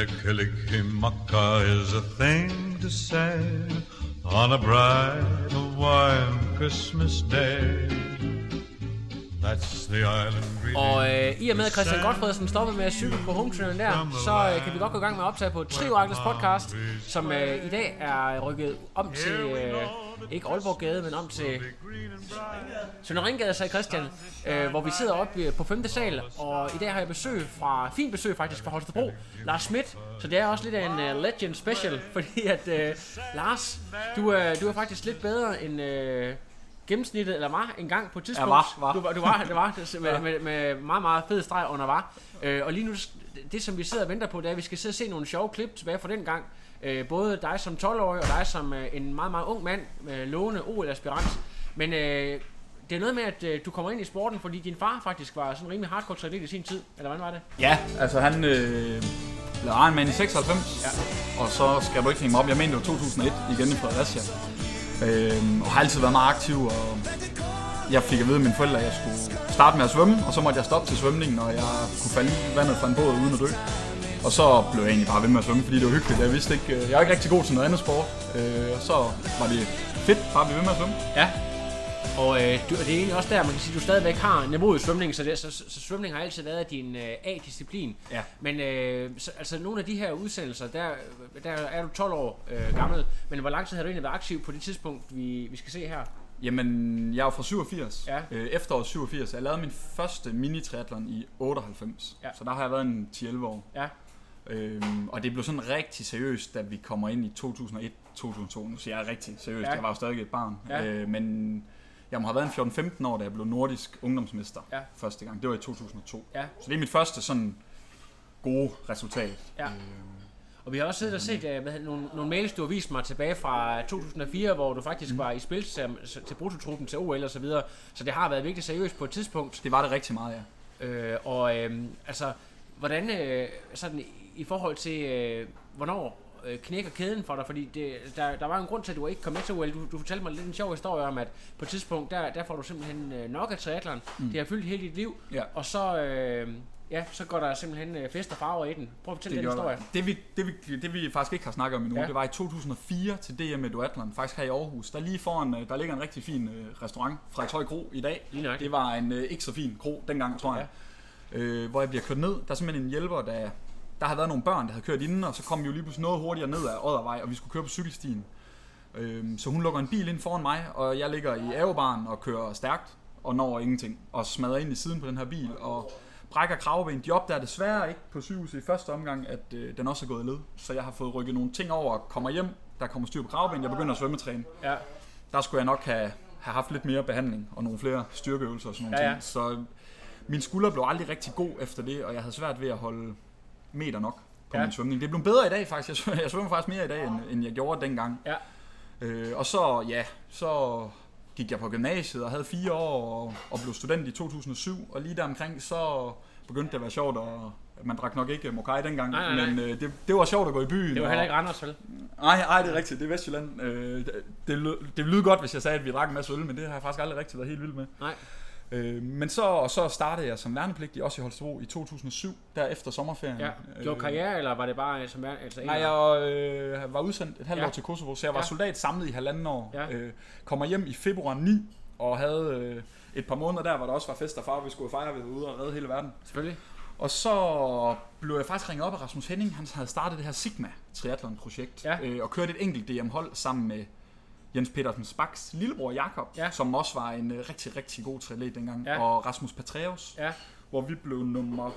Kalikimaka is a thing to say on a bright Hawaiian Christmas day. That's the island greeting. Og i og med at Christian Godfredsen stoppede med at cykle på hometraineren der, så kan vi godt gå i gang med at optage på Trioraklets podcast, som i dag er rykket om til, ikke Aalborggade, men om til Sønder Ringgade, sagde Christian, hvor vi sidder oppe på 5. sal, og i dag har jeg fint besøg faktisk fra Holstebro, Lars Schmidt, så det er også lidt af en Legend Special, fordi at Lars, du er faktisk lidt bedre end gennemsnittet, eller var en gang på et tidspunkt. Ja, Det var med meget, meget fed streg under var. Og lige nu, det som vi sidder og venter på, det er, at vi skal sidde og se nogle sjove klip tilbage fra den gang. Både dig som 12-årig, og dig som en meget, meget ung mand, lovende OL-aspirant. Men det er noget med, at du kommer ind i sporten, fordi din far faktisk var sådan rimelig hardcore triatlet i sin tid. Eller hvordan var det? Ja, altså han lavede Ironman i 96, og så skal du ikke hænge mig op. Jeg mener det var 2001 igen i Fredericia. Og har altid været meget aktiv, og jeg fik at vide af mine forældre, at jeg skulle starte med at svømme, og så måtte jeg stoppe til svømningen, og jeg kunne falde i vandet fra en båd uden at dø. Og så blev jeg egentlig bare ved med at svømme, fordi det var hyggeligt. Jeg vidste ikke, jeg er ikke rigtig god til noget andet sport, og så var det fedt bare at blive ved med at svømme. Ja, og det er egentlig også der, man kan sige, at du stadigvæk har niveauet i svømning, så svømning har altid været din A-disciplin. Ja. Men altså nogle af de her udsendelser, der er du 12 år gammel, men hvor lang tid har du egentlig været aktiv på det tidspunkt, vi skal se her? Jamen, jeg er fra 87, ja. Efteråret 87. Jeg lavede min første mini-triathlon i 98, så der har jeg været en 10-11 år. Ja. Og det blev sådan rigtig seriøst, da vi kommer ind i 2001-2002. Nu siger jeg rigtig seriøst, jeg var jo stadig et barn. Ja. Men jeg må have været en 14-15 år, da jeg blev nordisk ungdomsmester første gang. Det var i 2002. Ja. Så det er mit første sådan gode resultat. Ja. Og vi har også siddet og set nogle mails, du har vist mig tilbage fra 2004, hvor du faktisk var i spil til brutotruppen til OL og så videre. Så det har været virkelig seriøst på et tidspunkt. Det var det rigtig meget, ja. Altså, hvordan sådan i forhold til hvornår knækker kæden for dig, fordi der var en grund til, at du ikke kom med til OL. Du fortalte mig lidt en sjov historie om, at på et tidspunkt, der får du simpelthen nok af triathlon. Det har fyldt hele dit liv, og så så går der simpelthen fest og farver i den. Prøv at fortælle den historie. Det vi faktisk ikke har snakket om endnu, det var i 2004 til DM i duatlon, faktisk her i Aarhus. Der lige foran, der ligger en rigtig fin restaurant, Frederiksholm Kro i dag. Det var en ikke så fin kro dengang, tror jeg. Hvor jeg bliver kørt ned. Der er simpelthen en hjælper, der havde været nogle børn, der havde kørt inden, og så kom vi jo lige pludselig noget hurtigere ned ad Oddervej, og vi skulle køre på cykelstien. Så hun lukker en bil ind foran mig, og jeg ligger i avebaren og kører stærkt, og når ingenting, og smadrer ind i siden på den her bil, og brækker kraveben. De opdager desværre ikke på sygehuset i første omgang, at den også er gået i led. Så jeg har fået rykket nogle ting over og kommer hjem, der kommer styr på kraveben, jeg begynder at svømmetræne. Ja. Der skulle jeg nok have haft lidt mere behandling, og nogle flere styrkeøvelser og sådan nogle ting. Så min skulder blev aldrig rigtig god efter det, og jeg havde svært ved at holde meter nok på min svømning. Det blev bedre i dag faktisk. Jeg svømmer faktisk mere i dag, end jeg gjorde dengang. Ja. Og så gik jeg på gymnasiet og havde 4 år og blev student i 2007. Og lige der omkring, så begyndte det at være sjovt, og man drak nok ikke Mokai dengang. Nej. Men det var sjovt at gå i byen. Det var heller ikke Randers, vel? Nej, det er rigtigt. Det er Vestjylland. Det lyder godt, hvis jeg sagde, at vi drak en masse øl, men det har jeg faktisk aldrig rigtig været helt vild med. Nej. Men så startede jeg som værnepligtig også i Holstebro i 2007, der efter sommerferien. Ja. Gjorde karriere, eller var det bare som værnepligtig? Nej, jeg var udsendt et halvt år til Kosovo, så jeg var soldat samlet i 1,5 år. Ja. Kommer hjem i februar 9 og havde et par måneder der, hvor der også var fest og farve, vi skulle fejre, vi var ude og redde hele verden. Selvfølgelig. Og så blev jeg faktisk ringet op af Rasmus Henning, han havde startet det her Sigma triathlon-projekt, og kørt et enkelt DM-hold sammen med Jens Petersen Spaks lillebror Jakob, som også var en rigtig, rigtig god triatlet dengang, og Rasmus Patreus, hvor vi blev nummer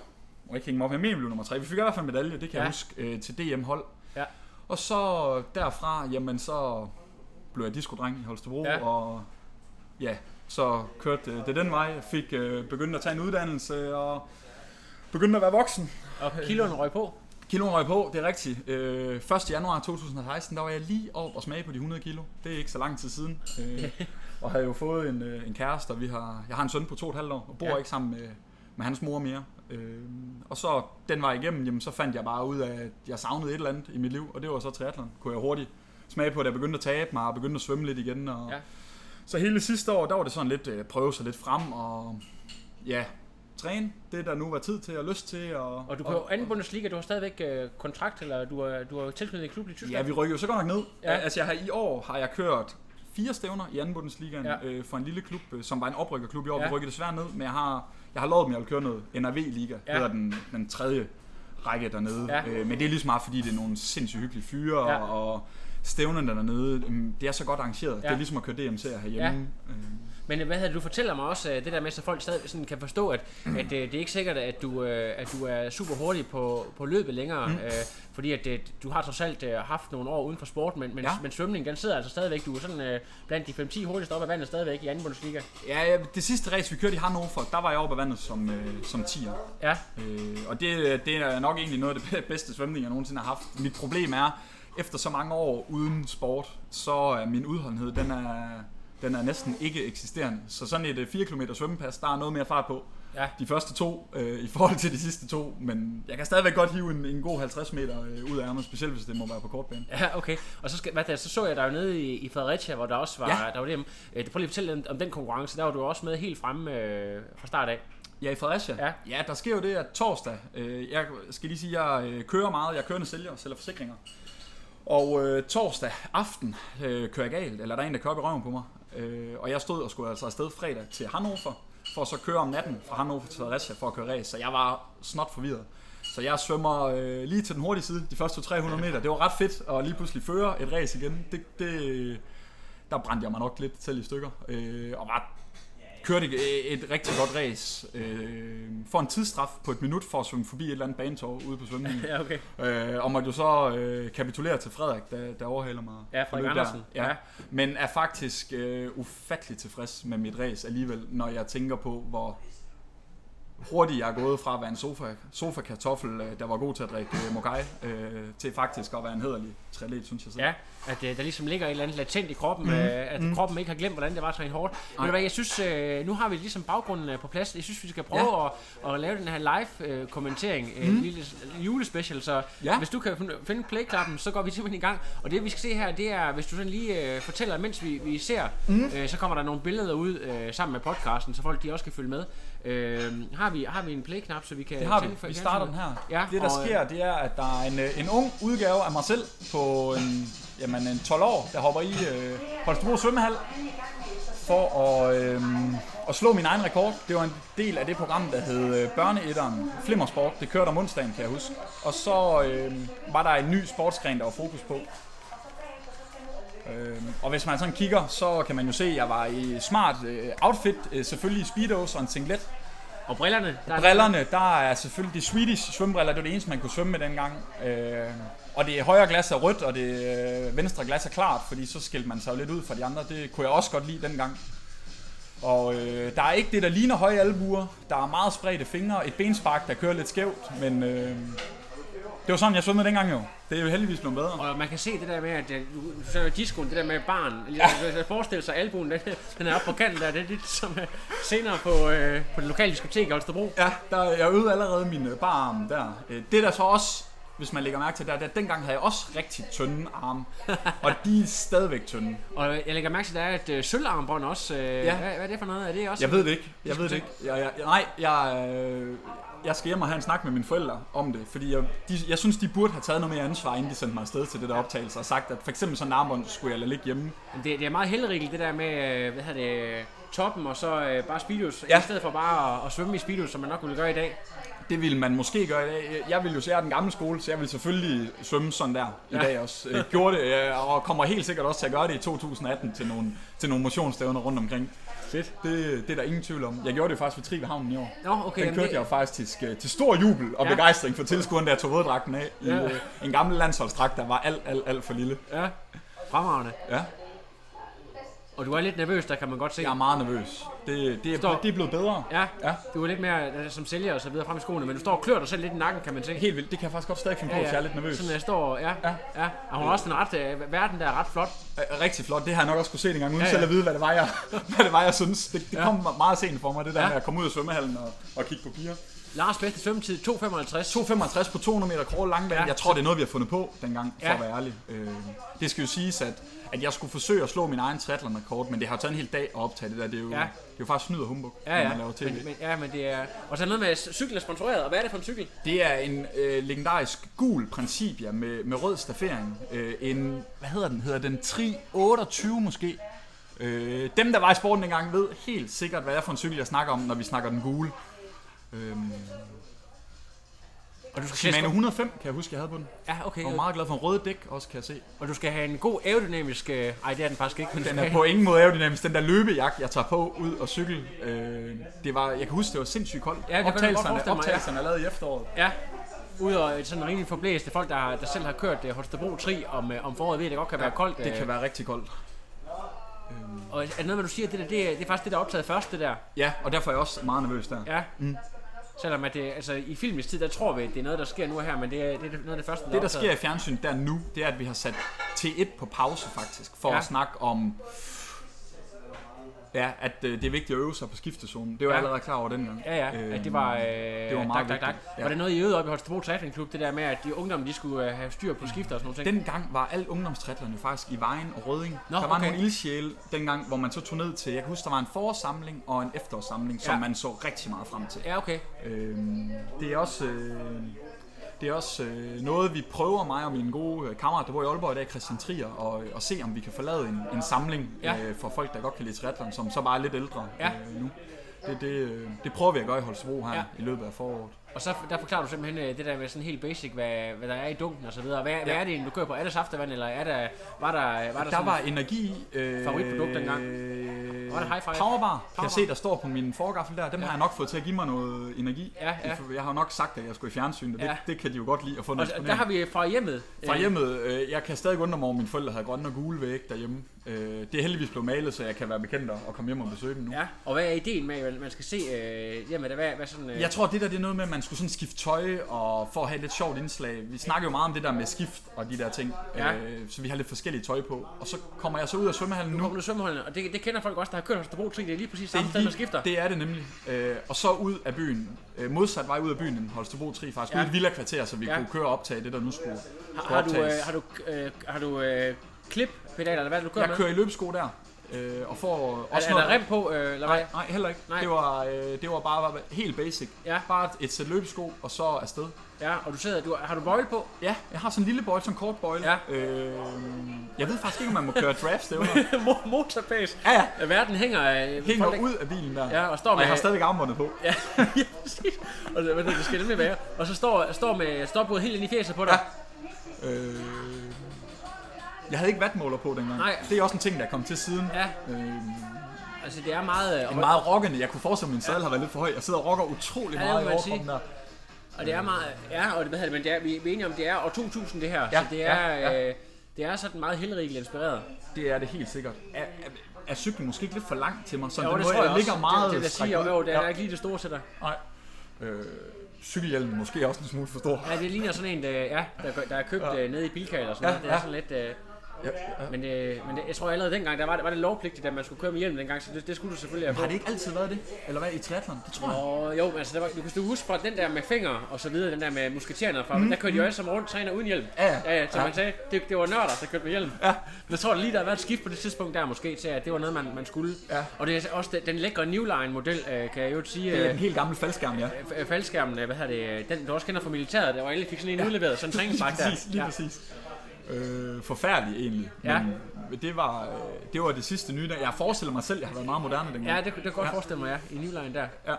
3. Vi fik i hvert fald en medalje, det kan jeg huske, til DM-hold. Ja. Og så derfra, jamen så blev jeg diskodreng i Holstebro, og så kørte det den vej. Jeg fik begyndt at tage en uddannelse, og begyndte at være voksen. Og kiloen røg på? Kiloen røg på, det er rigtigt. 1. januar 2016, der var jeg lige oppe og smage på de 100 kilo. Det er ikke så lang tid siden. Og havde jo fået en kæreste, og jeg har en søn på 2,5 år, og bor ikke sammen med hans mor mere. Og så den var igennem, jamen, så fandt jeg bare ud af, at jeg savnede et eller andet i mit liv, og det var så triathlon. Kunne jeg hurtigt smage på, at jeg begyndte at tabe mig, og begyndte at svømme lidt igen. Og så hele sidste år, der var det sådan lidt prøve sig lidt frem, og træne det, der nu var tid til og lyst til. Og du på anden Bundesliga, du har stadigvæk kontrakt, eller du har tilknyttet en klub i Tyskland? Ja, vi rykker jo så godt nok ned. Ja. Altså i år har jeg kørt 4 stævner i anden Bundesligaen for en lille klub, som var en oprykkerklub i år. Vi rykker desværre ned, men jeg har lovet dem, at jeg vil køre noget NRV-liga, hedder den tredje række dernede. Men det er lige så meget, fordi det er nogle sindssygt hyggelige fyre, og stævnerne dernede, det er så godt arrangeret. Det er ligesom at køre DMC'er herhjemme. Men hvad havde du fortæller mig også det der med, så folk stadig sådan kan forstå, at det er ikke sikkert, at du er super hurtig på løbet længere, fordi at du har trods alt haft nogle år uden for sport, men svømning, den sidder altså stadigvæk. Du er sådan blandt de 5-10 hurtigste op af vandet stadigvæk i anden Bundesliga. Ja, det sidste race vi kørte i Hannover, der var jeg oppe af vandet som 10'er. Ja. Og det er nok egentlig noget af det bedste svømning jeg nogensinde har haft. Mit problem er, efter så mange år uden sport, så er min udholdenhed, den er næsten ikke eksisterende. Så sådan et 4 km svømmepas, der er noget mere fart på. Ja. De første 2 i forhold til de sidste 2, men jeg kan stadigvæk godt hive en god 50 meter ud af ærmet, specielt hvis det må være på kortbane. Ja, okay. Og så så jeg dig jo nede i Fredericia, hvor der også var, der var det. Prøv lige at fortælle om den konkurrence, der var du også med helt fremme fra start af. Ja, i Fredericia? Ja, der sker jo det, at torsdag, jeg skal lige sige, jeg kører meget, jeg kører sælger forsikringer. Og torsdag aften kører jeg galt, eller der er en, der kører op i røven på mig. Og jeg stod og skulle altså afsted fredag til Hannover, for så køre om natten fra Hannover til Fredericia for at køre race. Så jeg var snot forvirret. Så jeg svømmer lige til den hurtige side, de første 300 meter. Det var ret fedt at lige pludselig føre et race igen. Der brændte jeg mig nok lidt selv i stykker. Og kørte et rigtig godt race. For en tidsstraf på 1 minut for at svømme forbi et eller andet banetår ude på svømningen. Ja, okay. Og måtte jo så kapitulere til Frederik, der overhaler mig. Ja, Frederik Andersen. Ja. Men er faktisk ufattelig tilfreds med mit race alligevel, når jeg tænker på, hvor hurtigt jeg er gået fra at være en sofa-kartoffel, der var god til at drikke mokai, til faktisk at være en hæderlig triatlet, synes jeg selv. Ja, at der ligesom ligger et eller andet latent i kroppen, at kroppen ikke har glemt, hvordan det var at træne hårdt. Men jeg synes, nu har vi ligesom baggrunden på plads. Jeg synes, vi skal prøve at lave den her live-kommentering, en lille julespecial. Så hvis du kan finde play-klappen, så går vi simpelthen i gang. Og det vi skal se her, det er, hvis du sådan lige fortæller, mens vi ser, så kommer der nogle billeder ud sammen med podcasten, så folk de også kan følge med. Har vi en play-knap, så vi kan... Det har vi. Vi starter den her. Ja, det der sker, det er, at der er en ung udgave af mig selv på en 12 år, der hopper i Holstebro svømmehal for at slå min egen rekord. Det var en del af det program, der hed Børneætteren Flimmersport. Det kørte om onsdagen, kan jeg huske. Og så var der en ny sportsgren, der var fokus på. Og hvis man sådan kigger, så kan man jo se, at jeg var i smart outfit, selvfølgelig i speedos og en singlet. Og brillerne? Der er selvfølgelig de Swedish svømmebriller, det var det eneste, man kunne svømme med dengang. Og det højre glas er rødt, og det venstre glas er klart, fordi så skilte man sig jo lidt ud fra de andre. Det kunne jeg også godt lide dengang. Og der er ikke det, der ligner høje albuer. Der er meget spredte fingre, et benspark, der kører lidt skævt, men... Det var sådan, jeg svømmede dengang jo. Det er jo heldigvis blevet bedre. Og man kan se det der med, at så er discoen, det der med barn. Jeg forestiller sig albuen, den er oppe på kanten der. Det er lidt som senere på det lokale diskotek i Holstebro. Ja, jeg øvede allerede min bararm der. Det der så også, hvis man lægger mærke til der dengang havde jeg også rigtig tynde arme. Og de er stadigvæk tynde. Og jeg lægger mærke til, at der er et sølvarmbånd også. Hvad er det for noget? Er det også? Jeg ved det ikke. Jeg skal hjem og have en snak med mine forældre om det, fordi jeg synes, de burde have taget noget mere ansvar, inden de sendte mig afsted til det der optagelse, og sagt, at for eksempel sådan en armbånd skulle jeg lade ligge hjemme. Det er meget heldigregel, det der med, toppen og så bare speedos, i stedet for bare at svømme i speedos, som man nok ville gøre i dag. Det ville man måske gøre i dag. Jeg ville jo se den gamle skole, så jeg ville selvfølgelig svømme sådan der i dag også. Gjorde det, og kommer helt sikkert også til at gøre det i 2018 til nogle motionsstævner rundt omkring. Fedt. Det er der ingen tvivl om. Jeg gjorde det faktisk ved Trive Havnen i år. Okay, den kørte jeg jo faktisk til stor jubel og begejstring for tilskueren, der tog våddragten af i en gammel landsholdsdragt, der var alt for lille. Ja, fremragende. Ja. Og du er lidt nervøs, der kan man godt se. Jeg er meget nervøs. Det er blevet bedre. Ja. Du er lidt mere som sælger og så videre frem i skoene, men du står og klør dig selv lidt i nakken, kan man se. Helt vildt. Det kan jeg faktisk godt stadig finde på, hvis jeg er lidt nervøs. Sådan jeg står, ja. Og hun har også en verden, der er ret flot. Rigtig flot. Det har jeg nok også kunne se en gang, uden selv at vide, hvad det var, jeg synes. Det kom meget sent for mig, det der med at komme ud af svømmehallen og kigge på piger. Lars bedste svømmetid, 2.55. 2.55 på 200 meter crawl langbane. Ja. Jeg tror, det er noget, vi har fundet på dengang, for at være ærlig. Det skal jo siges, at jeg skulle forsøge at slå min egen triathlon-rekord, men det har jo taget en hel dag at optage det der. Det er jo faktisk snyd og humbug, når man laver tv. Men det er... Og så noget med cyklen er sponsoreret, og hvad er det for en cykel? Det er en legendarisk gul Principia med rød staffering. Hvad hedder den? Hedder den Tri 28 måske? Dem, der var i sporten dengang, ved helt sikkert, hvad det er for en cykel, jeg snakker om, når vi snakker den gule. Og du skal Shimano 105, kan jeg huske, jeg havde på den. Ja, okay. Jeg var meget glad for en røde dæk, også kan jeg se. Og du skal have en god aerodynamisk... Ej, det er den faktisk ikke. Men den er på ingen måde aerodynamisk. Den der løbejakke, jeg tager på ud og cykel. Det var, jeg kan huske, det var sindssygt koldt. Ja, optagelserne er lavet i efteråret. Ja. Ud og sådan rigtig forblæste folk, der selv har kørt Holstebro Tri om foråret, ved det godt kan være koldt. Det kan være rigtig koldt. Og er det noget, du siger, det er faktisk det, der er optaget først, det der? Ja, og derfor er jeg også meget nervøs der. Ja. Selvom at det, altså i filmens tid, der tror vi, at det er noget, der sker nu her, men det er noget af det første, der sker i fjernsynet der nu, det er, at vi har sat T1 på pause faktisk, for at snakke om, at det er vigtigt at øve sig på skiftezonen. Det var jeg allerede klar over dengang. Ja, at det var meget vigtigt. Var det noget, I øvede op i Holstebro Triathlon-klub, det der med, at de ungdommer, de skulle have styr på skifter og sådan noget ting? Dengang var alle ungdomstriathlerne faktisk i Vejen og Rødding. Der var nogle ildsjæle dengang, hvor man så tog ned til, jeg kan huske, der var en forårssamling og en efterårssamling, som man så rigtig meget frem til. Ja, okay. Det er også noget, vi prøver, mig og min gode kammerat, der bor i Aalborg i dag, Christian Trier, og se, om vi kan forlade en samling for folk, der godt kan lide triathlon, som så bare er lidt ældre nu. Det prøver vi at gøre i Holstebro her i løbet af foråret. Og så der forklarer du simpelthen det der med sådan helt basic, hvad der er i dunken og så videre. Hvad er det, du kører på? Er det saftevand, eller var der sådan var energi favoritprodukt dengang? Var det Hi-Fi? Powerbar. Kan jeg se, der står på min forgaffel der. Dem har jeg nok fået til at give mig noget energi. Ja. Jeg har nok sagt, at jeg skulle i fjernsynet. Det kan de jo godt lide at få noget. Og der har vi fra hjemmet. Fra hjemmet. Jeg kan stadig undre mig over, mine forældre havde grønne og gule væg derhjemme. Det er heldigvis blevet malet, så jeg kan være bekendt og komme hjem og besøge dem nu. Ja. Og hvad er ideen med, at man skal se hjemme? Hvad sådan? Jeg tror, det er noget med, at man skulle sådan skifte tøj og for at have et lidt sjovt indslag. Vi snakker jo meget om det der med skift og de der ting. Så vi har lidt forskellige tøj på. Og så kommer jeg så ud af svømmehallen nu. Du kommer ud af svømmehallen, og det kender folk også, der har kørt Holstebro Tri. Det er lige præcis samme sted, man skifter. Det er det nemlig. Og så ud af byen. Modsat vej ud af byen, en Holstebro Tri faktisk. Ud i et villa-kvarter, så vi kunne køre og optage det, der nu skulle optages. Har du klippedaler, eller hvad du kører med? Jeg kører i løbesko der. Og får også er der rem på, eller hvad? Nej, heller ikke. Nej. Det var bare helt basic. Ja. Bare et sæt løbesko, og så afsted. Ja, og har du bøjle på? Ja, jeg har sådan en lille bøjle, sådan en kort bøjle. Ja. Jeg ved faktisk ikke, om man må køre draftstævner. Motorpace. Ja. Verden hænger ud af bilen der. Ja, og står med. Og jeg har stadigvæk armbåndet på. Ja, præcis. Og det skal nemlig være. Og så står med stopbåd helt ind i fjeset på dig. Ja. Jeg havde ikke wattmåler på dengang. Nej. Det er også en ting, der er kommet til siden. Ja. Altså det er meget... meget rockende. Jeg kunne forestille, at min sadel har været lidt for høj. Jeg sidder og rocker utrolig meget i overkroppen der. Og det er meget... Ja, og det, men det er, vi er enige om, det er år 2000 det her. Ja. Så det er... Det er sådan meget helrigelig inspireret. Det er det helt sikkert. Er cyklen måske ikke lidt for langt til mig? Sådan jo, det tror jeg også. Ligger meget det det er ikke lige det store til dig. Nej. Cykelhjelmen måske også en smule for stor. Ja, det ligner sådan en, der er købt nede i Bilka eller sådan noget. Det er sådan lidt... Men jeg tror allerede dengang, der var det lovpligtigt, at man skulle køre med hjelm dengang, så det skulle du selvfølgelig have på. Har det ikke altid været det? Eller hvad, i triathlon? Det tror jeg. Jo, altså du kan huske fra den der med fingre og så videre, den der med musketererne fra, der kørte de jo alle sammen rundt, træner uden hjelm. Ja, så man sagde, det var nørder, der kørte med hjelm. Ja. Men jeg tror lige, der har været et skift på det tidspunkt der måske, til at det var noget, man skulle. Ja. Og det er også den lækre Newline-model, kan jeg jo sige. Det er en helt gammel faldskærm, ja. Faldskærmen, hvad hedder det, den du også kender fra militæret, der var endelig fik sådan en udleveret, sådan en træningsbak der. Lige præcis. Forfærdelig egentlig, men det var det sidste nye der. Jeg forestiller mig selv, jeg har været meget moderne dengang. Ja, det kan godt forestille mig, i Newline der. Ja.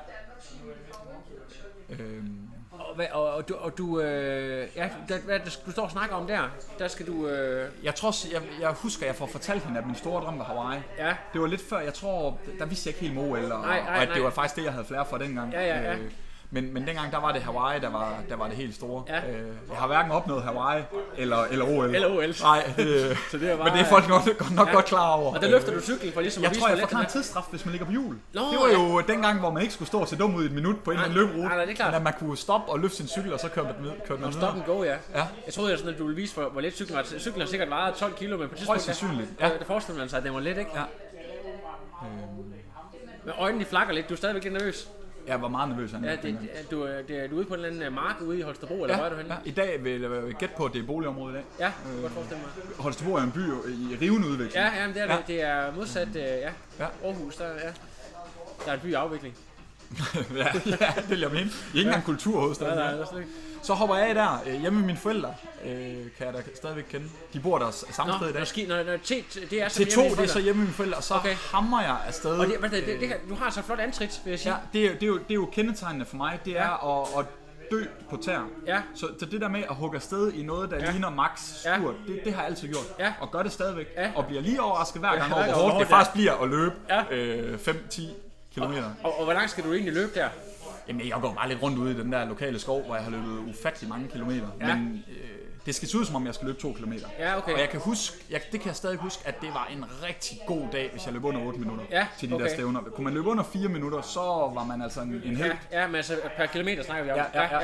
Og du du står og snakker om der skal du... Jeg husker, jeg får fortalt hende, at min store drøm var Hawaii. Ja. Det var lidt før, jeg tror, der vidste jeg ikke helt MOL, og at det var faktisk det, jeg havde flere for dengang. Ja. Men dengang, der var det Hawaii, der var det helt store. Ja. Jeg har hverken opnået Hawaii eller OL. Eller OL. Nej, så det var bare, men det er folk nok godt klar over. Og der løfter du cyklen for ligesom at vise, jeg får en tidsstraf, hvis man ligger på hjul. Det var jo dengang, hvor man ikke skulle stå og se dum ud i et minut på en eller anden løberute. Nej, det er klart. Men at man kunne stoppe og løfte sin cykel, og så køre den ned. Stop and go, ja. Jeg troede sådan, at du ville vise, hvor let cyklen var. Cyklen har sikkert vejet 12 kilo, men på tidspunkt... Højst sandsynligt. Ja. Det forestiller man sig, at den var let, ikke? Ja. Men øjnene flakker lidt. Du er stadigvæk lidt nervøs. Jeg var meget nervøs. Du er ude på en eller anden mark ude i Holstebro, eller hvor er du henne? Ja, i dag vil jeg gætte på, at det er boligområdet i dag. Ja, godt forestille mig. Holstebro er en by i rivende udvikling. Ja, det er det. Det er modsat Aarhus, der er en by i afvikling. ja, det vil jeg mene. Ikke engang kulturhovedstaden. Nej. Så hopper jeg af der hjemme med mine forældre, kan jeg da stadigvæk kende. De bor der samme sted i dag. Det er så T2, det er så hjemme med mine forældre, og så hammer jeg afsted. Og du har så flot antrit, vil jeg sige. Ja, det er jo kendetegnende for mig, det er at dø på tær. Ja. Så det der med at hugge afsted i noget, der ligner max sturt, det har jeg altid gjort. Ja. Og gør det stadigvæk. Ja. Og bliver lige overrasket hver gang over, hvor hårdt det faktisk bliver at løbe 5-10 kilometer. Og hvor langt skal du egentlig løbe der? Jamen, jeg går bare lidt rundt ude i den der lokale skov, hvor jeg har løbet ufattelig mange kilometer. Ja. Men det skal se ud som om, jeg skal løbe 2 kilometer. Ja, okay. Og jeg kan huske, det kan jeg stadig huske, at det var en rigtig god dag, hvis jeg løb under 8 minutter til de der stævner. Kunne man løbe under 4 minutter, så var man altså en helt. Ja, men altså per kilometer snakker vi om.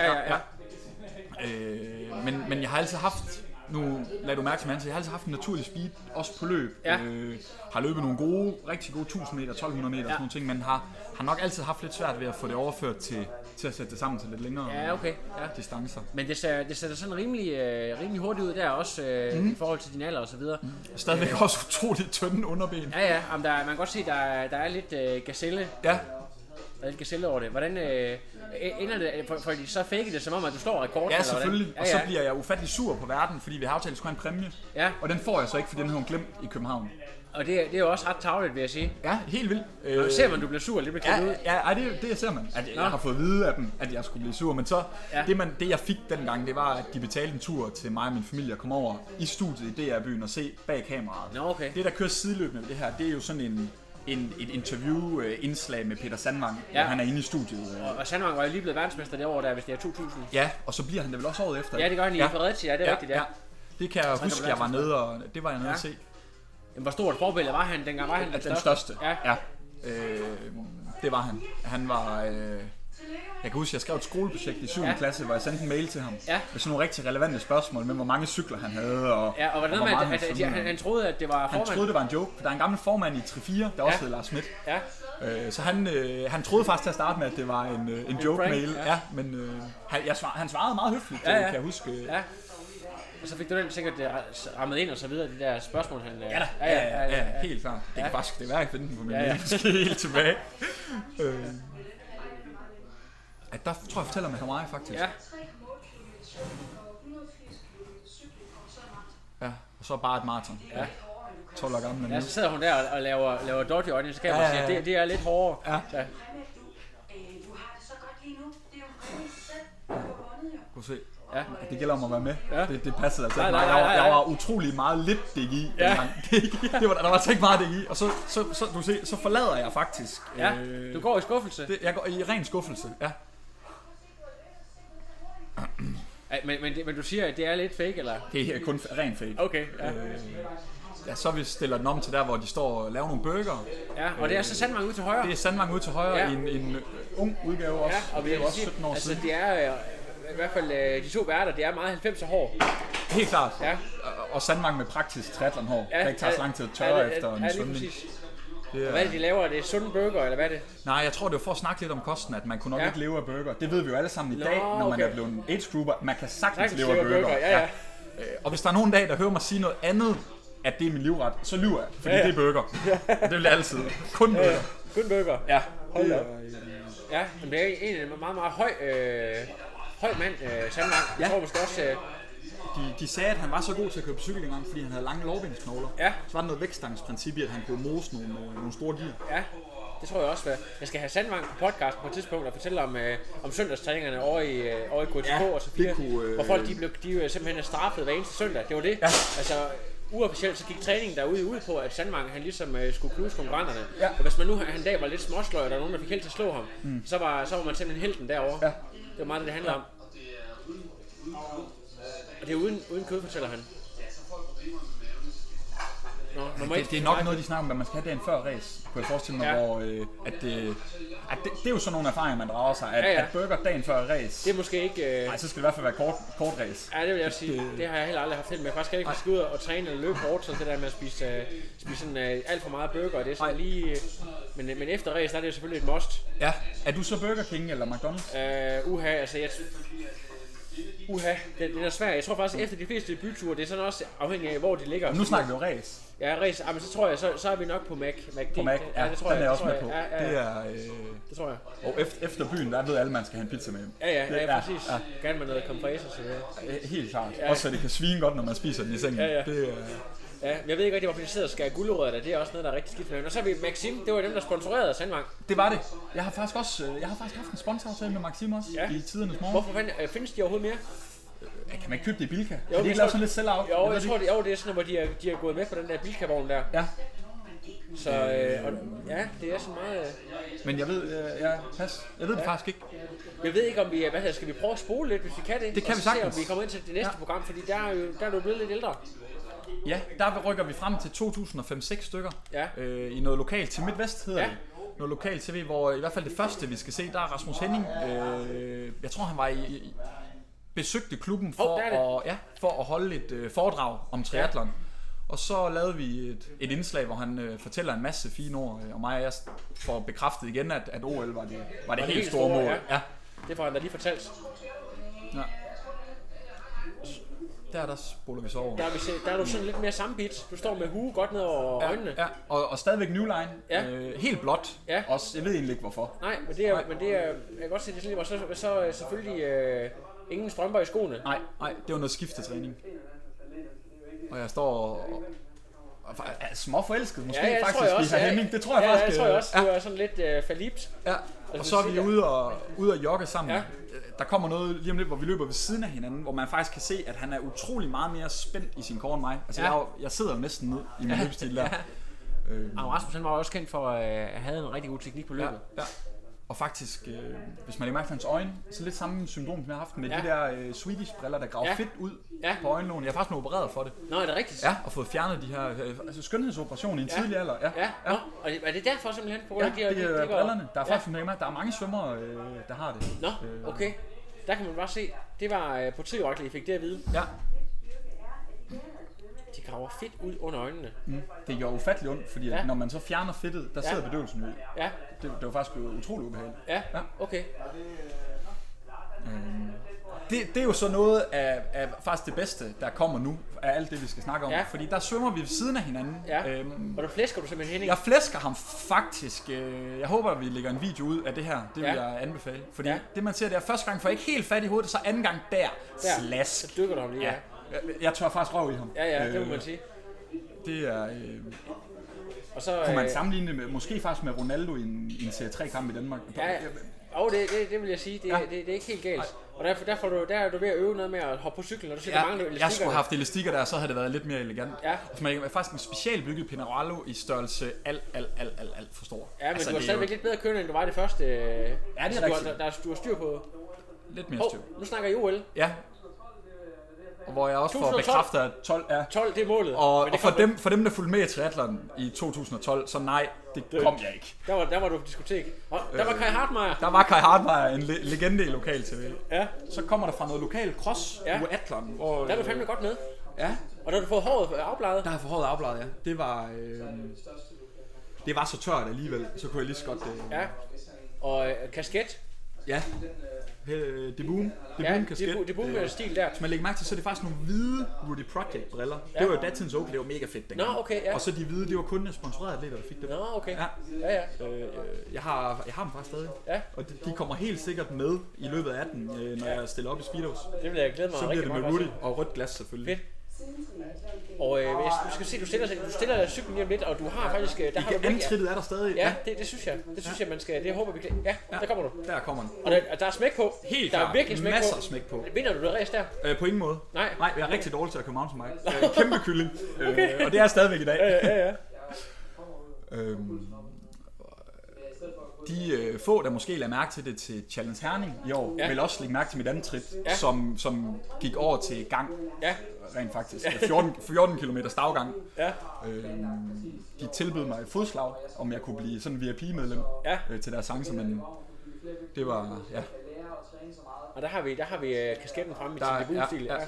Ja. Men jeg har altid haft, nu lader du mærke til, jeg har altid haft en naturlig speed, også på løb. Ja. Har løbet nogle rigtig gode 1000 meter, 1200 meter, sådan nogle ting, men har nok altid haft lidt svært ved at få det overført til at sætte det sammen til lidt længere distancer. Men det ser sådan rimelig hurtigt ud der også, i forhold til din alder og så videre. Stadigvæk også utroligt tynde underben. Ja, man kan godt se, der er lidt gazelle. Ja. Der er lidt gazelle over det. Hvordan ender det, for de så fake det som om, at du slår rekorden? Ja, selvfølgelig. Og så bliver jeg ufattelig sur på verden, fordi vi har aftalt, at skulle have en præmie. Ja. Og den får jeg så ikke, fordi den har hun glemt i København. Og det er jo også ret tarveligt, vil jeg sige. Ja, helt vildt. Og ser man, du bliver sur, det bliver klippet ud? Ja, det ser man. Jeg har fået at vide af dem, at jeg skulle blive sur. Men så, det jeg fik dengang, det var, at de betalte en tur til mig og min familie at komme over i studiet i DR-byen og se bag kameraet. Nå, okay. Det, der kører sideløbende med det her, det er jo sådan et interview-indslag med Peter Sandvang, hvor han er inde i studiet. Og Sandvang var jo lige blevet verdensmester det år der, hvis det er 2000. Ja, og så bliver han det vel også året efter. Ja, det gør han i Fredericia, det er rigtigt, ja. Det kan jeg huske, jeg var nede, og det var jeg nede at se. Hvor stort forbillede var han dengang? Var han den største? Ja. Det var han. Han var... Jeg kan huske, jeg skrev et skoleprojekt i 7. klasse, hvor jeg sendte en mail til ham. Ja. Med sådan nogle rigtig relevante spørgsmål med, hvor mange cykler han havde. Og var det noget med, at han troede, at det var formand? Han troede, det var en joke. Der er en gammel formand i 3-4, der også hed Lars Schmidt. Ja. Så han troede faktisk til at starte med, at det var en joke-mail. Ja, men han svarede meget høfligt, kan jeg huske. Ja. Og så fik du den sikkert rammet ind og så videre, de der spørgsmål, han... Ja, helt klart. Det kan faktisk det være, jeg finde den på min mail. Helt tilbage. Der tror jeg fortæller med Hawaii faktisk. Ja, og så bare et maraton. Ja. 12 år gammel. Ja, så sidder hun der og laver dodgy-øjne, så kan man sige, at det er lidt hårdere. Ja. Du har det så godt lige nu. Det er jo rigtig selv. Du har vundet jo. Kunne se. Ja. Det gælder om at være med. Ja. Det passede altså ikke. Jeg var utrolig meget lidt dæk i dengang. Der var altså ikke meget dæk i. Og så forlader jeg faktisk. Ja. Du går i skuffelse. Jeg går i ren skuffelse, ja. Men du siger, at det er lidt fake, eller? Det er kun ren fake. Okay, ja. Så vi stiller den om til der, hvor de står og laver nogle burger. Ja, og det er så Sandvang ud til højre? Det er Sandvang ud til højre i en ung udgave også. Ja, og vi er også 17 år siden. Det er i hvert fald de to værter, det er meget 90'er hår. Helt klart. Ja. Og Sandvang med praktisk triathlon-hår. Der ikke tager så lang tid at tørre efter en svømning. Og hvad er det, de laver? Er det sunde burger, eller hvad er det? Nej, jeg tror, det var for at snakke lidt om kosten, at man kunne nok ikke leve af burger. Det ved vi jo alle sammen i dag, når man er blevet en age-grouper. Man kan sagtens leve af burger. Ja. Og hvis der er nogen dag, der hører mig sige noget andet, at det er min livret, så lyver jeg, fordi det er burger. Det vil jeg altid. Kun burger. Kun burger? Ja. Hold da. Ja, men det er en meget, meget høj mand, Sandvang. Jeg tror måske også... De sagde, at han var så god til at køre på cykel engang, fordi han havde lange lårbensknogler. Ja. Så var der noget vægtstangsprincip i, at han kunne mose nogle store dyr. Ja, det tror jeg også. Jeg skal have Sandvang på podcast på et tidspunkt og fortælle om søndagstræningerne over i KTK og så videre. Hvor folk de simpelthen er straffet hver eneste søndag. Det var det. Ja. Altså, uofficielt så gik træningen derude ud på, at Sandvang han ligesom skulle knuse konkurrenterne. Ja. Og hvis man nu en dag var lidt småsløj, og der var nogen, der fik held til at slå ham, så var man simpelthen helten derovre. Ja. Det var meget det handler om. Og det er uden kød, fortæller han. Det er nok noget, de snakker om, hvad man skal have dagen før race, kunne jeg forestille mig, hvor det er jo sådan nogle erfaringer, man drager sig, at burger dagen før race. Det er måske ikke... Nej, så skal det i hvert fald være kort race. Ja, det vil jeg sige. Det har jeg heller aldrig haft held med. Jeg faktisk ikke skal ud og træne eller løbe hårdt, så det der med at spise sådan alt for meget burger, det er sådan lige... Men efter race, der er det jo selvfølgelig et must. Ja. Er du så Burger King eller McDonald's? Altså den er svær. Jeg tror faktisk, efter de fleste byture, det er sådan også afhængig af, hvor de ligger. Nu snakker vi jo race. Ja, race. Men så tror jeg, så er vi nok på Mac. På Mac, ja, det tror jeg også med på. Det tror jeg. Og efter byen, der ved alle, man skal have en pizza med hjem. Ja, præcis. Ja. Gerne med noget kompresser, så det. Helt klart. Ja. Også så det kan svine godt, når man spiser den i sengen. Ja. Ja, jeg ved ikke rigtig, hvorfor de sidder og skærer gulerødder der. Det er også noget, der er rigtig skidt med. Og så har vi Maxim. Det var dem, der sponsorerede Sandvang. Det var det. Jeg har faktisk haft en sponsoraftale med Maxim også i tidernes morgen. Hvorfor findes de overhovedet mere? Kan man ikke købe det i Bilka? Kan de ikke lave sådan lidt sell-out? Jo, jeg tror, det er sådan, hvor de har gået med på den der Bilka-vogn der. Ja. Så det er sådan meget... Men jeg ved, jeg ved det faktisk ikke. Jeg ved ikke, om vi... skal vi prøve at spole lidt, hvis vi kan det? Det kan vi sagtens. Og se, om vi kommer ind til det næste program, fordi der er du blevet lidt ældre. Ja, der rykker vi frem til 2005-6 stykker i noget lokalt til MidtVest hedder det. Noget lokalt TV, hvor i hvert fald det første vi skal se, der er Rasmus Henning. Jeg tror han var besøgte klubben for at holde et foredrag om triathlon. Og så lavede vi et indslag, hvor han fortæller en masse fine ord om mig, og jeg får bekræftet igen, at OL var det helt store mål. Ja. Det får han da lige fortalt. Ja. Der spoler vi så over. Der er du sådan lidt mere sammenbit. Du står med hue godt ned over øjnene. Ja, og stadigvæk New Line. Ja. Helt blåt. Ja. Også, jeg ved egentlig ikke hvorfor. Nej, men det er, jeg kan godt se det sådan lidt, og så selvfølgelig ingen strømper i skoene. Nej, det var noget skiftetræning. Og jeg står og er småforelsket måske faktisk i Henning. Det tror jeg faktisk. Ja, det tror jeg også. Du er sådan lidt forlibt. Ja, og så er vi ude og jogge sammen. Ja. Der kommer noget lige om lidt, hvor vi løber ved siden af hinanden, hvor man faktisk kan se, at han er utrolig meget mere spændt i sin kår end mig. Altså jeg sidder næsten ned i min løbestil der. Rasmus han var også kendt for at have en rigtig god teknik på løbet. Ja. Og faktisk, hvis man lægger mærke til hans øjne, så lidt samme syndrom, som jeg har haft med de der Swedish-briller, der graver fedt ud på øjenlågen. Jeg har faktisk blevet opereret for det. Nå, er det rigtigt? Ja, og fået fjernet de her skønhedsoperationer i en tidlig alder. Ja. Nå, og er det derfor simpelthen? På det er brillerne. Der er faktisk der er mange svømmere, der har det. Nå, okay. Der kan man bare se, det var på Trioraklet, I fik det at vide. Ja. De graver fedt ud under øjnene. Det gør ufattelig ondt, fordi når man så fjerner fedtet, der sidder bedøvelsen ud. Ja. Det var faktisk utroligt ubehageligt. Ja, okay. Det er jo så noget af faktisk det bedste, der kommer nu, af alt det, vi skal snakke om. Ja. Fordi der svømmer vi ved siden af hinanden. Ja. Og du flæsker simpelthen Henning? Jeg flæsker ham faktisk. Jeg håber, vi lægger en video ud af det her. Det vil jeg anbefale. Fordi det man ser, det er første gang, for ikke helt fat i hovedet, så anden gang slask. Så dykker du ham lige, ja. Jeg tør faktisk røv i ham. Ja, det må man sige. Det er... Og så, kunne man sammenligne det med, måske faktisk med Ronaldo i en Serie 3-kamp i Danmark? Ja. Det vil jeg sige. Det er ikke helt galt. Og derfor er du ved at øve noget med at hoppe på cyklen, når du siger, mange elastikker. Jeg skulle have haft elastikker der, så havde det været lidt mere elegant. Ja. Og man er faktisk en specialbygget Pinarello i størrelse alt for stor. Ja, men du var stadigvæk lidt bedre kørende, end du var det første. Ja, det er rigtigt. Du har styr på... Lidt mere styr. Nu snakker I OL. Ja. Og hvor jeg også får bekræftet, at 12 er... 12, det er målet. Og for dem, der fulgte med i triathlon i 2012, så nej, det kom jeg ikke. Der var du på diskotek. Der var Kai Hartmeier. Der var Kai Hartmeier, en legende i lokal TV. Ja. Så kommer der fra noget lokal cross, duathlon. Der er du fandme godt med. Ja. Og der har du fået håret afbladet. Der har jeg fået håret afbladet, ja. Det var så tørt alligevel, så kunne jeg lige så godt... Ja. Og kasket. Ja. Det boom stil der. Hvis man lægger mærke til, så er det faktisk nogle hvide Rudy Project briller. Ja. Det var jo datidens Oakley, det var mega fedt dengang. Nå, okay, ja. Og så de hvide, det var kun sponsorerede atleter, der fik dem. Nå, okay. Ja. Jeg har dem faktisk stadig. Ja. Og de kommer helt sikkert med i løbet af 18, når jeg stiller op i Speedos. Det vil jeg glæde mig så bliver det med Rudy og rødt glas selvfølgelig. Fedt. Og du skal se, du stiller cyklen lige om lidt, og du har faktisk... Antrittet er der stadig. Ja, det synes jeg. Det synes jeg, man skal... Det håber vi kan... Ja, der kommer du. Der kommer den. Og der er smæk på. Helt der er virkelig smæk masser af smæk på. Vinder du det race der? På ingen måde. Nej, jeg er rigtig dårlig til at køre mountainbike. Kæmpe kylling. Og det er stadigvæk i dag. Ja. de få, der måske lader mærke til det til Challenge Herning i år, vil også lægge mærke til mit andet trit, som gik over til gang. Ja. Rent faktisk. 14 km stavgang. Ja. De tilbød mig et fodslag, om jeg kunne blive sådan en VIP-medlem til deres chancer, men det var, Og der har vi kasketten fremme i sin debutstil. Ja.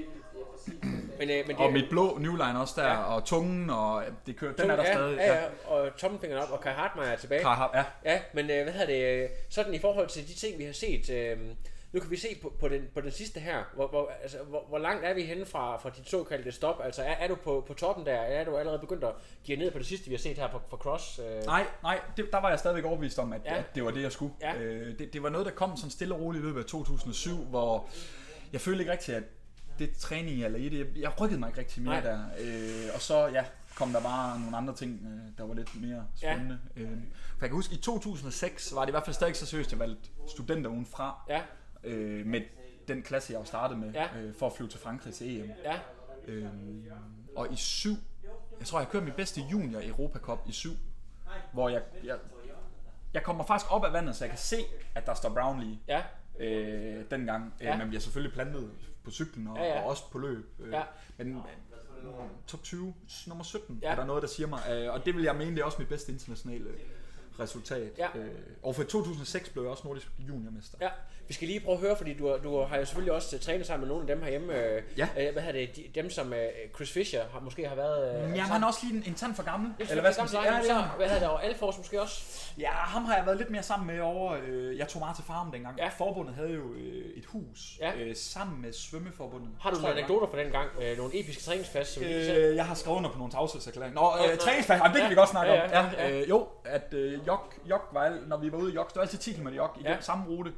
Men og mit blå Newline også der, og tungen, og det kører, den er der stadig. Ja, og tommelfingeren op, og Kai Hartmeier er tilbage. Ja, men hvad hedder det, sådan i forhold til de ting, vi har set, nu kan vi se på den sidste her, hvor langt er vi henne fra dit såkaldte stop? Altså er du på toppen der? Er du allerede begyndt at give ned på det sidste, vi har set her for Cross? Nej, der var jeg stadigvæk overbevist om, at det var det, jeg skulle. Ja. Det var noget, der kom sådan stille og roligt i løbet af 2007, hvor jeg følte ikke rigtigt, at det træning, jeg lavede, jeg rykkede mig ikke rigtig mere der. Og så kom der bare nogle andre ting, der var lidt mere spændende. For jeg kan huske, i 2006 var det i hvert fald stadig så seriøst, jeg valgte studenterugen fra. Ja. Med den klasse, jeg startede med, for at flyve til Frankrig til EM. Ja. Og i 7, jeg tror, jeg kørte mit bedste junior Europa Cup i 7, hvor jeg kommer faktisk op af vandet, så jeg kan se, at der står Brownlee dengang. Man bliver selvfølgelig plantet på cyklen og også på løb. Men top 20, nummer 17, er der noget, der siger mig. Og det vil jeg mene, det er også mit bedste internationale resultat. Ja. Og for 2006 blev jeg også nordisk juniormester. Ja. Vi skal lige prøve at høre, fordi du har jo selvfølgelig også trænet sammen med nogle af dem herhjemme. Hvad hedder det? Dem som Chris Fisher måske har været... Ja, han er også lige en tand for gammel. Eller hvad skal man sige? Hvad hedder det? Og Alfors måske også? Ja, ham har jeg været lidt mere sammen med over... Jeg tog meget til farmen dengang. Ja. Forbundet havde jo et hus sammen med svømmeforbundet. Har du nogle anekdoter fra den gang? Nogle episke træningspas? Jeg har skrevet under på nogle tavshedserklæringer. Træningspas, det kan vi godt snakke om. Jo, at jog var, når vi var ude i jog, det var altid 10 km jog igennem samme rute.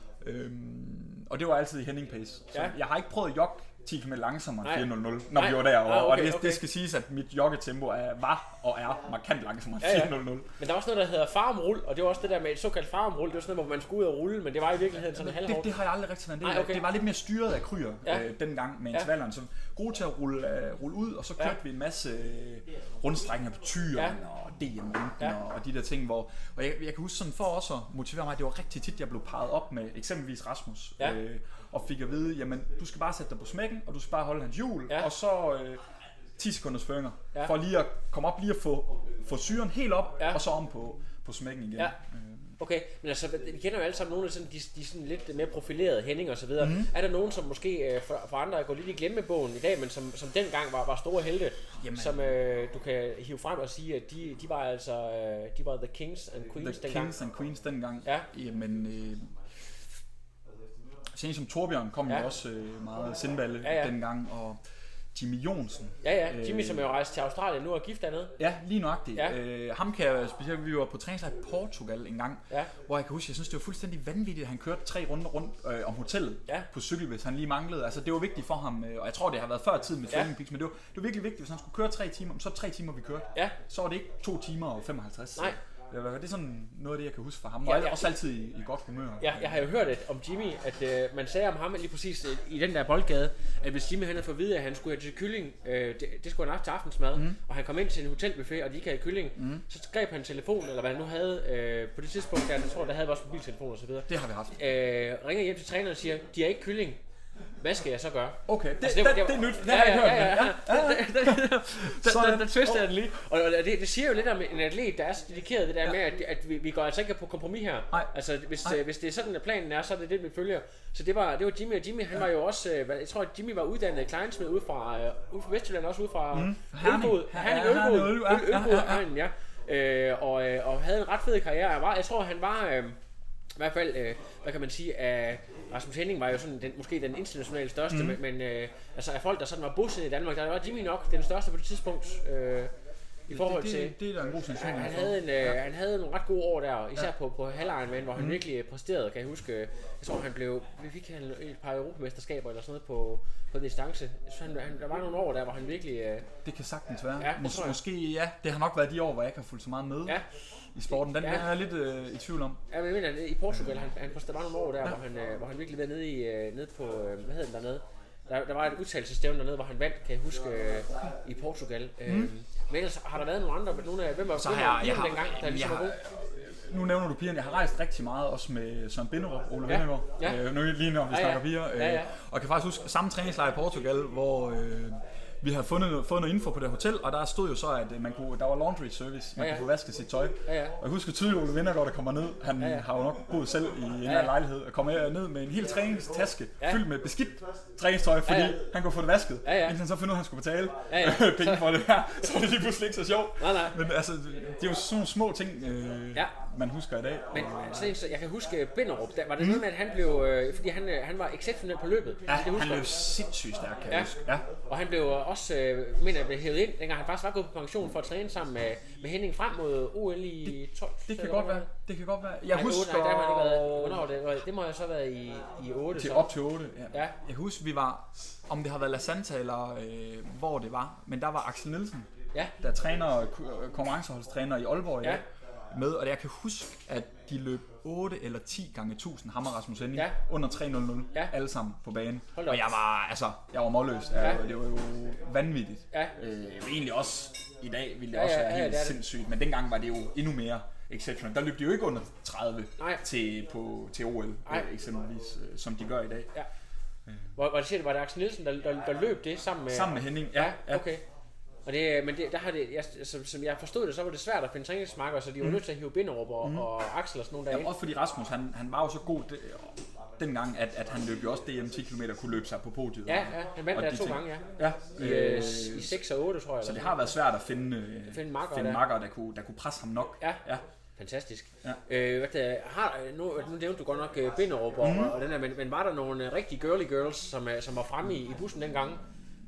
Og det var altid i Henning Pace. Så jeg har ikke prøvet at jogge 10 km langsommere end 4.00, når vi var derovre. Og det skal siges, at mit joggetempo var og er markant langsommere end 4.00. Men der var også noget, der hedder faromrull, og det var også det der med et såkaldt faromrull. Det var sådan noget, hvor man skulle ud og rulle, men det var i virkeligheden sådan halvhårdt. Det har jeg aldrig rigtig været en del af. Det var lidt mere styret af kryer dengang med intervallerne. Så gode til at rulle ud, og så kørte vi en masse rundstrækninger på tyren og DM-runden og de der ting, hvor... Og jeg kan huske sådan, for også at motivere mig, det var rigtig tit, jeg blev parret op med eksempelvis Rasmus. Og fik at vide, jamen du skal bare sætte dig på smækken, og du skal bare holde hans hjul, og så 10 sekunders føringer, for lige at komme op, lige at få syren helt op, og så om på smækken igen. Ja. Okay, men altså, vi kender jo alle sammen nogle af sådan, de sådan lidt mere profilerede Henning og så videre. Er der nogen, som måske for andre går lidt i glemmebogen i dag, men som dengang var store helte, som du kan hive frem og sige, at de var altså, de var the Kings and Queens dengang? The Kings and Queens dengang, jamen... Sådan som Torbjørn kom jo også meget sindballe dengang, og Jimmy Jonsen. Jimmy som jo rejst til Australien nu og gift dernede. Ja, lige nøjagtigt. Ham kan jeg specielt, vi var på træningslejr i Portugal en gang, hvor jeg kan huske, jeg synes det var fuldstændig vanvittigt, at han kørte 3 runder rundt om hotellet på cykel, hvis han lige manglede. Altså det var vigtigt for ham, og jeg tror det har været før tid med Swimming Peaks, men det var virkelig vigtigt, hvis han skulle køre 3 timer, så 3 timer vi kørte. Så var det ikke 2 timer og 55. Nej. Det er sådan noget af det, jeg kan huske fra ham, og også altid i godt humør. Ja, jeg har jo hørt om Jimmy, at man sagde om ham lige præcis i den der boldgade, at hvis Jimmy han havde fået at vide, at han skulle have til kylling, det skulle han have til aftensmad, og han kom ind til en hotelbuffet, og de ikke havde kylling, så greb han telefonen, eller hvad han nu havde på det tidspunkt, jeg tror, der havde vores mobiltelefon og så videre. Det har vi haft. Ringer hjem til træneren og siger, de har ikke kylling. Hvad skal jeg så gøre? Okay, det er nyt. Det har jeg hørt. Der twister jeg den lige. Og det siger jo lidt om en atlet, der er så dedikeret det der med, at vi går altså ikke på kompromis her. Nej. Altså, hvis det er sådan, at planen er, så er det vi følger. Så det var Jimmy, og Jimmy, han var jo også, jeg tror, at Jimmy var uddannet klejnsmed ude fra Vestjylland, også ude fra Ølbod, og havde en ret fed karriere. Jeg tror, han var i hvert fald, hvad kan man sige, Rasmus Henning var jo sådan måske den internationale største, men altså af folk, der sådan var bosset i Danmark, der var Jimmy nok den største på det tidspunkt. I forhold til det er der en god sensation. Han havde nogle ret gode år der, især på halv-Ironman, hvor han virkelig præsterede, kan jeg huske. Jeg tror vi fik et par europamesterskaber eller sådan noget på distance. Så der var nogle år der, hvor han virkelig det kan sagtens være. Måske det har nok været de år, hvor jeg ikke har fulgt så meget med i sporten. Den er jeg lidt i tvivl om. Ja, men jeg mener, i Portugal, der var nogle år der, hvor han virkelig var nede på, hvad hed den dernede? Der var et udtalelsesstævne dernede, hvor han vandt, kan jeg huske, i Portugal. Men ellers har der været nogle andre, hvem var dengang, der ligesom var gode? nu nævner du pigerne. Jeg har rejst rigtig meget, også med Søren Binderup, Ole Vindergaard. Nu lige når vi snakker piger. Og kan faktisk huske samme træningslejr i Portugal, hvor vi havde fået noget info på det hotel, og der stod jo så, at der var laundry service, man kunne få vasket sit tøj. Og jeg husker tydeligt, Ole Vindergaard, der kommer ned, han har jo nok boet selv i en lejlighed, og kommer ned med en hel træningstaske fyldt med beskidt træningstøj, fordi han kunne få det vasket, indtil han så finder ud af, at han skulle betale penge for det her. Så var det lige pludselig ikke så sjovt. Men altså, det er jo sådan nogle små ting, man husker i dag. Men så jeg kan huske Binderup, var det noget med, at han blev, fordi han var exceptionel på løbet? Ja, han løb sindssygt stærkt, kan jeg huske. Ja. Og han blev også, mener jeg, blev hævet ind, dengang han faktisk var gået på pension for at træne sammen med Henning frem mod OL i 12. Det kan godt være. Jeg husker... Hvornår det må have så været i 8. Til op til 8, ja. Jeg husker, vi var, om det har været La Santa eller hvor det var, men der var Axel Nielsen, der træner, konkurrenceholdstræner i Aalborg med, og jeg kan huske, at de løb 8 eller 10 gange 1000 ham og Rasmus Henning under 3.00 alle sammen på banen. Og jeg var målløs. Det var jo vanvittigt. Egentlig også i dag ville det også være helt sindssygt, men dengang var det jo endnu mere exceptional. Der løb de jo ikke under 30 til OL eksempelvis, som de gør i dag. Var det Axel Nielsen, der løb det sammen med Henning? Ja. Okay. Og der har det, som jeg forstod det, så var det svært at finde træningsmarker, så de var nødt til at hive Binderup og Axel og sådan nogle dage. Ja, også fordi Rasmus, han var jo så god dengang, at han løb jo også DM 10 km kunne løbe sig på podiet. Ja, han vandt der 2 gange, I 6 og 8, tror jeg. Så det har været svært at finde marker, der kunne presse ham nok. Ja. Fantastisk. Nu nævnte du godt nok Binderup og den der, men var der nogle rigtig girly girls, som var fremme i bussen dengang?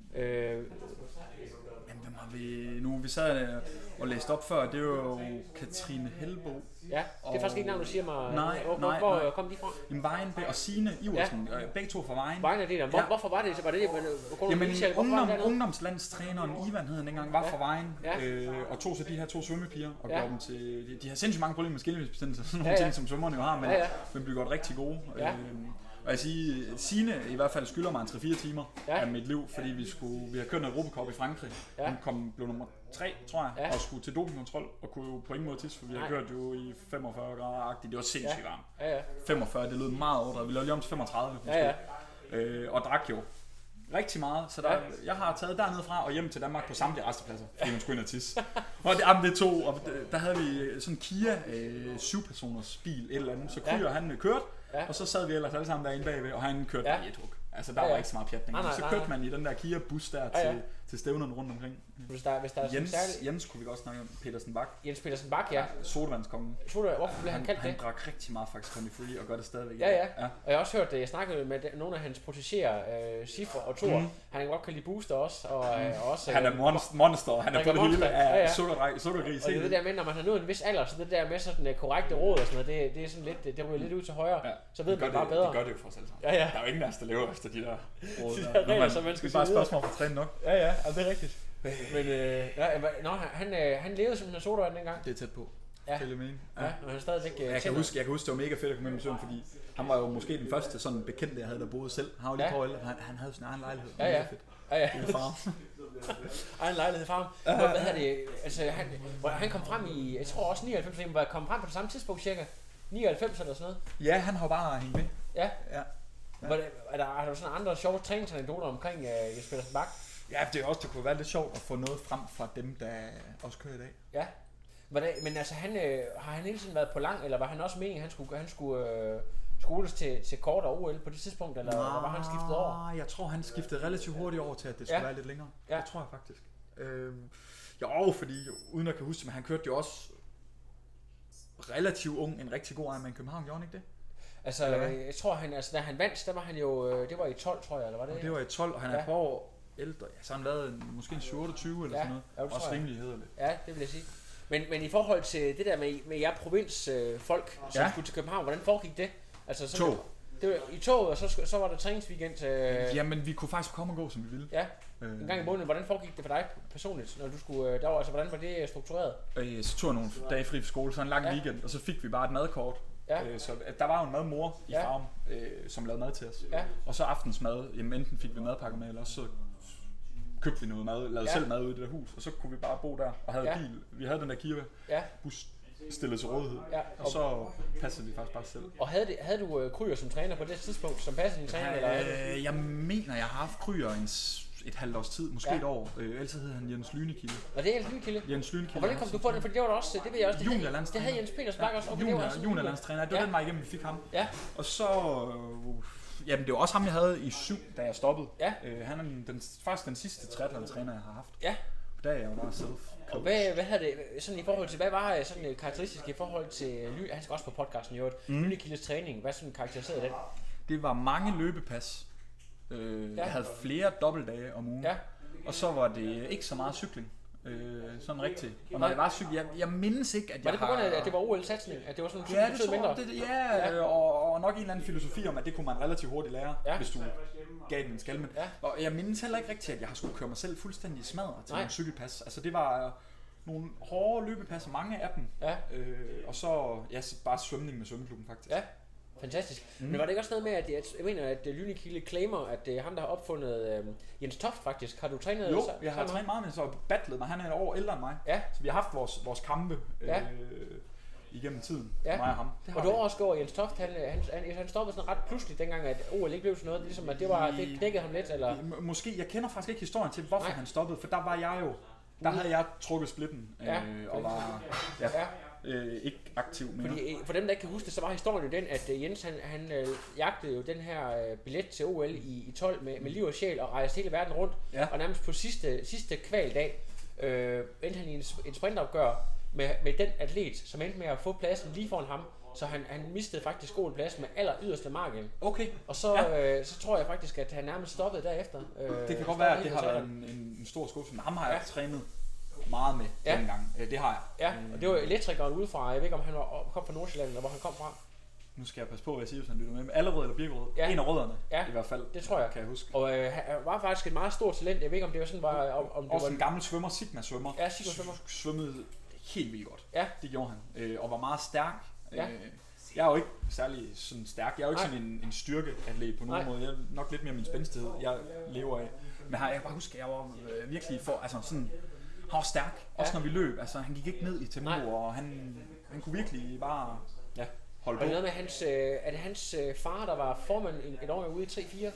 Vi sad og læste op før, det var jo Katrine Helbo. Ja, det er faktisk ikke navn, du siger mig. Nej. Hvor kom de fra? Jamen Vejen og Signe Iversen, begge to fra Vejen. Vejen er det der. Hvorfor var det? Var det ungdomslandstræneren Ivan hed han dengang, var fra Vejen, og tog så de her 2 svømmepiger og gjorde dem til... De har sindssygt mange problemer med skilsmissebestændelser, sådan nogle ting, som svømmerne jo har, men blev gjort rigtig gode. Og jeg siger, Signe i hvert fald skylder mig en 3-4 timer af mit liv, fordi vi har kørt en Europacup i Frankrig. Hun blev nummer 3, tror jeg, og skulle til dopingkontrol, og kunne jo på ingen måde tisse, for vi har kørt jo i 45 grader-agtigt. Det var sindssygt varmt. 45, det lød meget overdrevet. Vi lavede lige om til 35, og drak jo rigtig meget, så jeg har taget dernede fra og hjem til Danmark på samtlige restepladser, fordi man skulle ind og tisse. Og det tog, og der havde vi sådan en Kia 7-personers bil, et eller andet, så Kryer han kørte, og så sad vi ellers alle sammen derinde bagved, og han kørte i et hug. Altså der var ikke så meget pjatning. Så kørte man i den der Kia-bus der til stævnerne rundt omkring. Hvis der er Jens kunne vi godt snakke om. Petersen Bak. Jens Petersen Bak, ja. Sodavandskongen. Hvorfor blev han kaldt det? Han drak rigtig meget faktisk Conny Free og gør det stadigvæk. Ja. Og jeg har også hørt det. Jeg snakkede med nogle af hans protégéer, Siffer og Thor. Han kan godt kalde Booster også. Og også han er monster. Han er på det hele af sukkergris. Og det der med, når man har nået en vis alder, så det der med sådan korrekte råd og sådan noget, det er sådan lidt, det ryger lidt ud til højre. Så ved man bare bedre. Det gør det jo for os alle sammen. Der er jo ingen af os, der lever efter de der råd. De regler, som man skal bare spørgsmål for at træne nok. Ja, det er rigtigt. Men han levede som en sodavand dengang. Det er tæt på. Ja, og han stadigvæk. Jeg kan huske, det var mega fedt at komme med min søn, fordi han var jo måske den første sådan bekendte, jeg havde, der boede selv. Han var lige på ældre, han havde sin egen lejlighed. Ja. Egen lejlighed i farm. Hvad hedder det? Altså, han kom frem i, jeg tror også 99, han var kommet frem på det samme tidspunkt cirka. 99 eller sådan noget. Ja, han har bare hængt med. Ja. Er der sådan andre sjove træningsanekdoter omkring Jens Petersen Bak? Ja, det kunne være lidt sjovt at få noget frem fra dem, der også kører i dag. Ja. Men altså, har han hele tiden været på lang, eller var han også meningen, han skulle skoles til kort og OL på det tidspunkt, eller var han skiftet over? Jeg tror, han skiftede relativt hurtigt over til, at det skulle være lidt længere. Ja. Det tror jeg faktisk. Fordi uden at kan huske, men han kørte jo også relativt ung, en rigtig god Ironman København, gjorde han ikke det? Altså, jeg tror, da han vandt, der var han jo, det var i 12, tror jeg, eller var det? Det var i 12, og han er på år ældre, så han lavede måske en 28 eller sådan noget. Også rimelig hederligt. Ja, det vil jeg sige. Men i forhold til det der med jer provinsfolk, som skulle til København, hvordan foregik det? Altså, tog. Det var i toget, og så var der træningsweekend. Jamen, vi kunne faktisk komme og gå, som vi ville. Ja, en gang i måneden. Hvordan foregik det for dig personligt, når du skulle derover? Altså, hvordan var det struktureret? Så tog jeg nogle dage fri fra skole, så en lang weekend, og så fik vi bare et madkort. Ja. Så der var jo en madmor i farm, som lavede mad til os. Ja. Og så aftensmad, enten fik vi madpakker med, eller også så købte vi noget mad, lavede selv mad ude i det der hus, og så kunne vi bare bo der og havde bil. Vi havde den der Kia bus stillet til rådighed. Ja, og så passede vi faktisk bare selv. Og havde du Kryer som træner på det tidspunkt, som passede din træner? Eller jeg mener, jeg har haft Kryer et halvt års tid, måske et år. Ellers hed han Jens Lynekilde. Og det er Jens Lynekilde? Jens Lynekilde. Og hvordan kom du på det? For det var også, det ved jeg også, det havde Jens Peters Bakke også. Juniorlandstræner, det var den vej igennem, vi fik ham. Ja. Og så, jamen det var også ham, jeg havde i 7, da jeg stoppede. Ja. Han er faktisk den sidste triathlon-træner, jeg har haft. Ja. Der er jeg jo bare selv. Og hvad havde det sådan i forhold til, hvad var sådan karakteristisk i forhold til, han skal også på podcasten i øvrigt, Lynekildes træning, hvad sådan karakteriserede den? Det var mange løbepas. Jeg havde flere dobbeltdage om ugen, og så var det ikke så meget cykling, sådan rigtigt. Og når jeg var cykling, jeg mindes ikke, at jeg var det på grund af, at det var OL-satsning, at det var sådan mindre? Og nok en eller anden filosofi om, at det kunne man relativt hurtigt lære, hvis du gav den en skalmen. Og jeg mindes heller ikke rigtigt, at jeg har skulle køre mig selv fuldstændig smadret til en cykelpas. Altså det var nogle hårde løbepas, mange af dem, og så bare svømning med svømmeklubben faktisk. Ja. Fantastisk. Men var det ikke også noget med, at jeg mener, at Lynekilde claimer, at det er ham, der har opfundet Jens Toft faktisk? Har du trænet? Jo, jeg har trænet meget med, så battlet mig. Han er et år ældre end mig. Ja. Så vi har haft vores kampe igennem tiden, mig og ham. Og du overrasker over Jens Toft, han stoppede sådan ret pludselig dengang, at OL ikke blev sådan noget. Ligesom at det knækkede ham lidt, eller? Måske, jeg kender faktisk ikke historien til, hvorfor han stoppede, for der var jeg jo, der havde jeg trukket splitten og var ikke aktiv mere. Fordi for dem, der ikke kan huske det, så var historien jo den, at Jens han jagtede jo den her billet til OL i 12 med liv og sjæl og rejste hele verden rundt. Ja. Og nærmest på sidste kvaldag endte han i en sprintopgør med den atlet, som endte med at få pladsen lige foran ham. Så han mistede faktisk OL-pladsen med aller yderste margin. Okay. Og så tror jeg faktisk, at han nærmest stoppede derefter. Det kan godt være, at det har været en stor skuffelse. Men ham har jeg trænet meget med dengang. Det har jeg. Ja, og det var elektrikeren udefra. Jeg ved ikke, om han kom fra Nordsjælland, eller hvor han kom fra. Nu skal jeg passe på, hvad jeg siger, hvis han lytter med. Allerød eller Birkerød? Ja. En af rødderne, i hvert fald. Det tror jeg. Kan jeg huske. Og han var faktisk et meget stort talent. Jeg ved ikke, om det var sådan, om det også var en gammel svømmer, Sigma-svømmer. Ja, Sigma-svømmer. Svømmede helt vildt godt. Ja. Det gjorde han. Og var meget stærk. Ja. Jeg er jo ikke særlig sådan stærk. Jeg er jo ikke sådan en styrkeatlet på nogen måde. Jeg er nok lidt mere min spændstighed, jeg lever af. Men jeg kan bare huske, at jeg var virkelig sådan... Han var stærk, også når vi løb. Altså, han gik ikke ned i tempo, og han kunne virkelig bare holde på. Og det noget med er det hans far, der var formand et år ude i 3-4?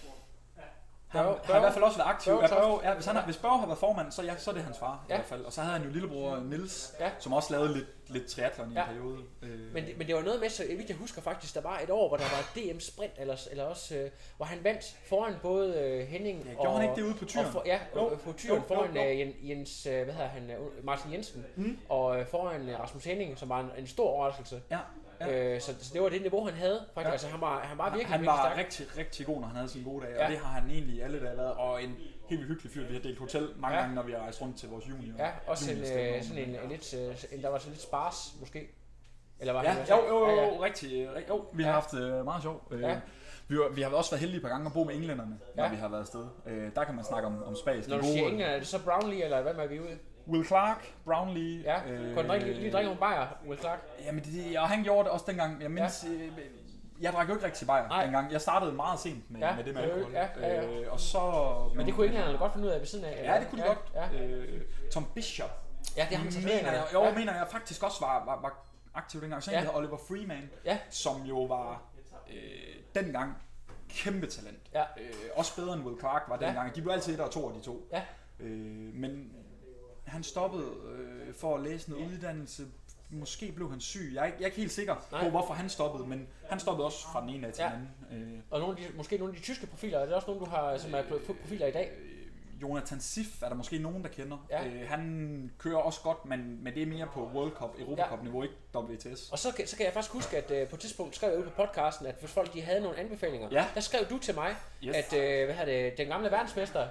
Han har i hvert fald også været aktiv. Hvis Børge har været formand, så er det hans far i hvert fald. Og så havde han jo lillebror Niels, som også lavede lidt triathlon i en periode. Men det var noget med, så jeg husker faktisk, der var et år, hvor der var DM Sprint, eller også, hvor han vandt foran både Henning og... Gjorde han ikke det ude på Tyren? På Tyren foran Jens, Martin Jensen, og foran Rasmus Henning, som var en stor overraskelse. Ja. Ja. Så det var det niveau, han havde. Faktisk. Altså, han var virkelig han var rigtig god, når han havde sine gode dage, og det har han egentlig alle dage lavet. Og en helt vildt hyggelig fyr. Vi har delt hotel mange gange, når vi har rejst rundt til vores junior. Ja, også sådan en der var så lidt spars, måske. Eller var han jo, rigtig. Jo, vi har haft meget sjov. Vi har også været heldige et par gange at bo med englænderne, når vi har været afsted. Der kan man snakke om spas. Når du siger englænder, er det så Brownlee, eller hvad er vi ude? Will Clark, Brownlee. Ja, kunne han lige drikke nogle bajer, Will Clark? Jamen, og han gjorde det også dengang. Jeg mindes, jeg drak jo ikke rigtig bajer dengang. Jeg startede meget sent med det med alkohol. Og så... Men det kunne englænderne godt finde ud af ved siden af? Eller? Ja, det kunne de godt. Tom Bishop. Ja, det har han mener jeg faktisk også var aktiv dengang. Så hedder Oliver Freeman, som jo var dengang kæmpe talent. Også bedre end Will Clark var dengang. De blev altid 1 og 2 af de to. Men han stoppede for at læse noget uddannelse. Måske blev han syg. Jeg er ikke helt sikker på, hvorfor han stoppede, men han stoppede også fra den ene af til den anden. Og måske nogle af de tyske profiler, er det også nogle, du har, som er profiler i dag? Jonathan Sif er der måske nogen, der kender. Han kører også godt, men det er mere på World Cup, Europa Cup niveau, ikke WTS. Og så kan jeg faktisk huske, at på et tidspunkt skrev jeg ud på podcasten, at hvis folk de havde nogle anbefalinger, der skrev du til mig, at den gamle verdensmester,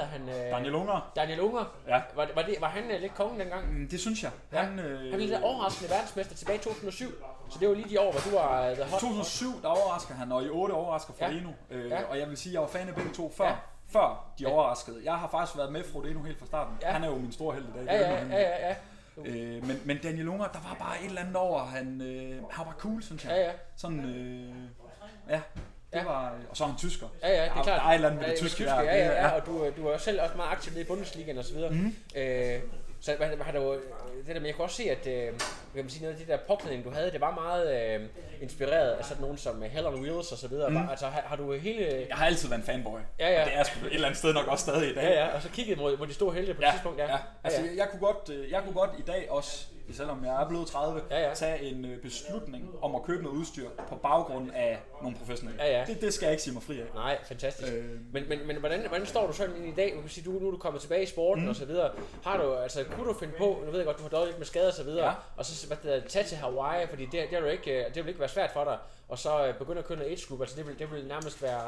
Daniel Unger. Ja. Var han lidt kongen dengang? Det synes jeg. Han blev lidt overraskende verdensmester tilbage i 2007. Så det var lige de år, hvor du var the hot. 2007, der overrasker han, og i 8 overrasker Frodeno. Og jeg vil sige, at jeg var fan af begge to før de overraskede. Jeg har faktisk været med Frodeno helt fra starten. Han er jo min store held i dag. Men Daniel Unger, der var bare et eller andet over. Han var bare cool, synes jeg. Sådan, det var, og så er han tysker. Ja, det er klart. Der er et eller andet med det tyske. Og du var selv også meget aktiv i Bundesligaen og så videre. Så var der jo, det der, men jeg kunne også se, at kan man sige, noget af det der påklædning, du havde, det var meget inspireret af sådan nogen som Hell on Wheels og så videre. Altså har du hele... Jeg har altid været en fanboy, ja. og det er sgu et eller andet sted nok også stadig i dag. Ja, og så kiggede mod de store helte på et tidspunkt. Ja. Altså, jeg kunne godt i dag også, selvom jeg er blevet 30, tage en beslutning om at købe noget udstyr på baggrund af nogle professionelle. Det skal jeg ikke sige mig fri af. Nej, fantastisk. Men hvordan står du sådan i dag? Du kan sige, nu er du kommet tilbage i sporten og så videre. Har du, altså, kunne du finde på, nu ved jeg godt, du har døjet lidt med skader og så videre, og så tage til Hawaii, fordi det vil ikke være svært for dig, og så begynde at køre noget age group, altså det vil nærmest være...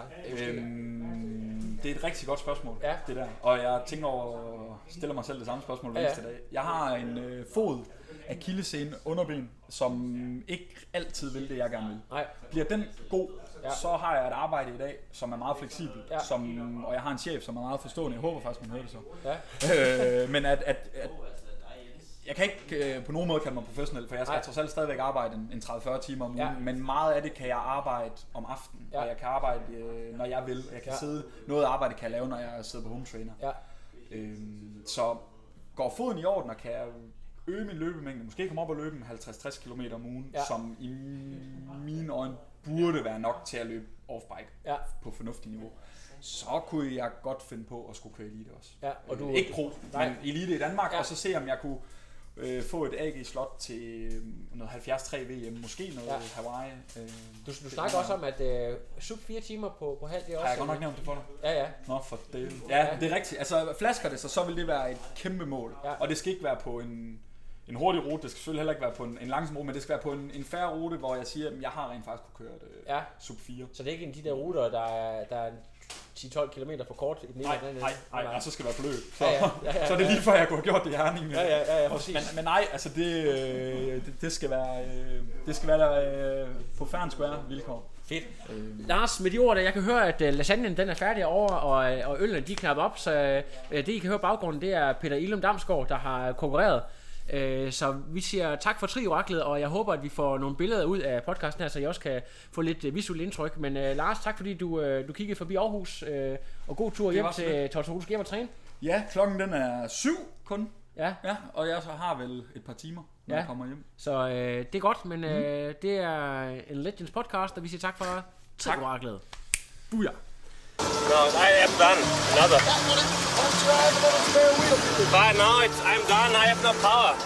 Det er et rigtig godt spørgsmål, det der. Og jeg tænker over, stiller mig selv det samme spørgsmål hver eneste dag. Jeg har en fod, akillessene, underben, som ikke altid vil det, jeg gerne vil. Nej. Bliver den god, så har jeg et arbejde i dag, som er meget fleksibelt, og jeg har en chef, som er meget forstående. Jeg håber faktisk, man hører det så. Men jeg kan ikke på nogen måde kalde mig professionel, for jeg skal trods alt stadigvæk arbejde en 30-40 timer om ugen, men meget af det kan jeg arbejde om aftenen, og jeg kan arbejde, når jeg vil, og jeg kan sidde, noget arbejde kan jeg lave, når jeg sidder på home trainer. Så går foden i orden, og kan jeg øge min løbemængde, måske komme op og løbe 50-60 km om ugen, som i mine øjne burde være nok til at løbe off-bike på fornuftigt niveau. Så kunne jeg godt finde på at skulle køre elite også. Og du, ikke pro, men elite i Danmark, og så se om jeg kunne få et AG-slot til noget 73 VM, måske noget Hawaii. Du snakker også om, at sub 4 timer på halv, det er også... Har jeg godt nok nævnt det for dig? Ja. Nå, for det. Ja, det er rigtigt. Altså, flasker det, så vil det være et kæmpe mål. Og det skal ikke være på en hurtig rute, det skal selvfølgelig heller ikke være på en langsom rute, men det skal være på en færre rute, hvor jeg siger, at jeg har rent faktisk kunne køre det sub 4. Så det er ikke en af de der ruter, der er 10-12 km for kort i den ene eller den anden? Nej, og så skal det være på løb. Så er det lige før, jeg kunne have gjort det i Herning. Ja, præcis. Men nej, altså det skal være på fair and square vilkår. Fedt. Lars, med de ord, jeg kan høre, at lasagnen den er færdig over, og ølene de er knappet op, så det I kan høre baggrunden, det er Peter Ilum Damsgaard, der har konkurreret. Så vi siger tak for Tri-oraklet, og jeg håber, at vi får nogle billeder ud af podcasten her, så jeg også kan få lidt visuelt indtryk. Men Lars, tak fordi du kiggede forbi Aarhus, og god tur hjem til Torsten. Du skal hjem og træne. Ja, klokken den er 7 kun. Ja, og jeg så har vel et par timer, når jeg kommer hjem. Så det er godt, men det er en Legends podcast, og vi siger tak for Tri-oraklet. Buja. No, I am done. Another. But no, I'm done. I have no power.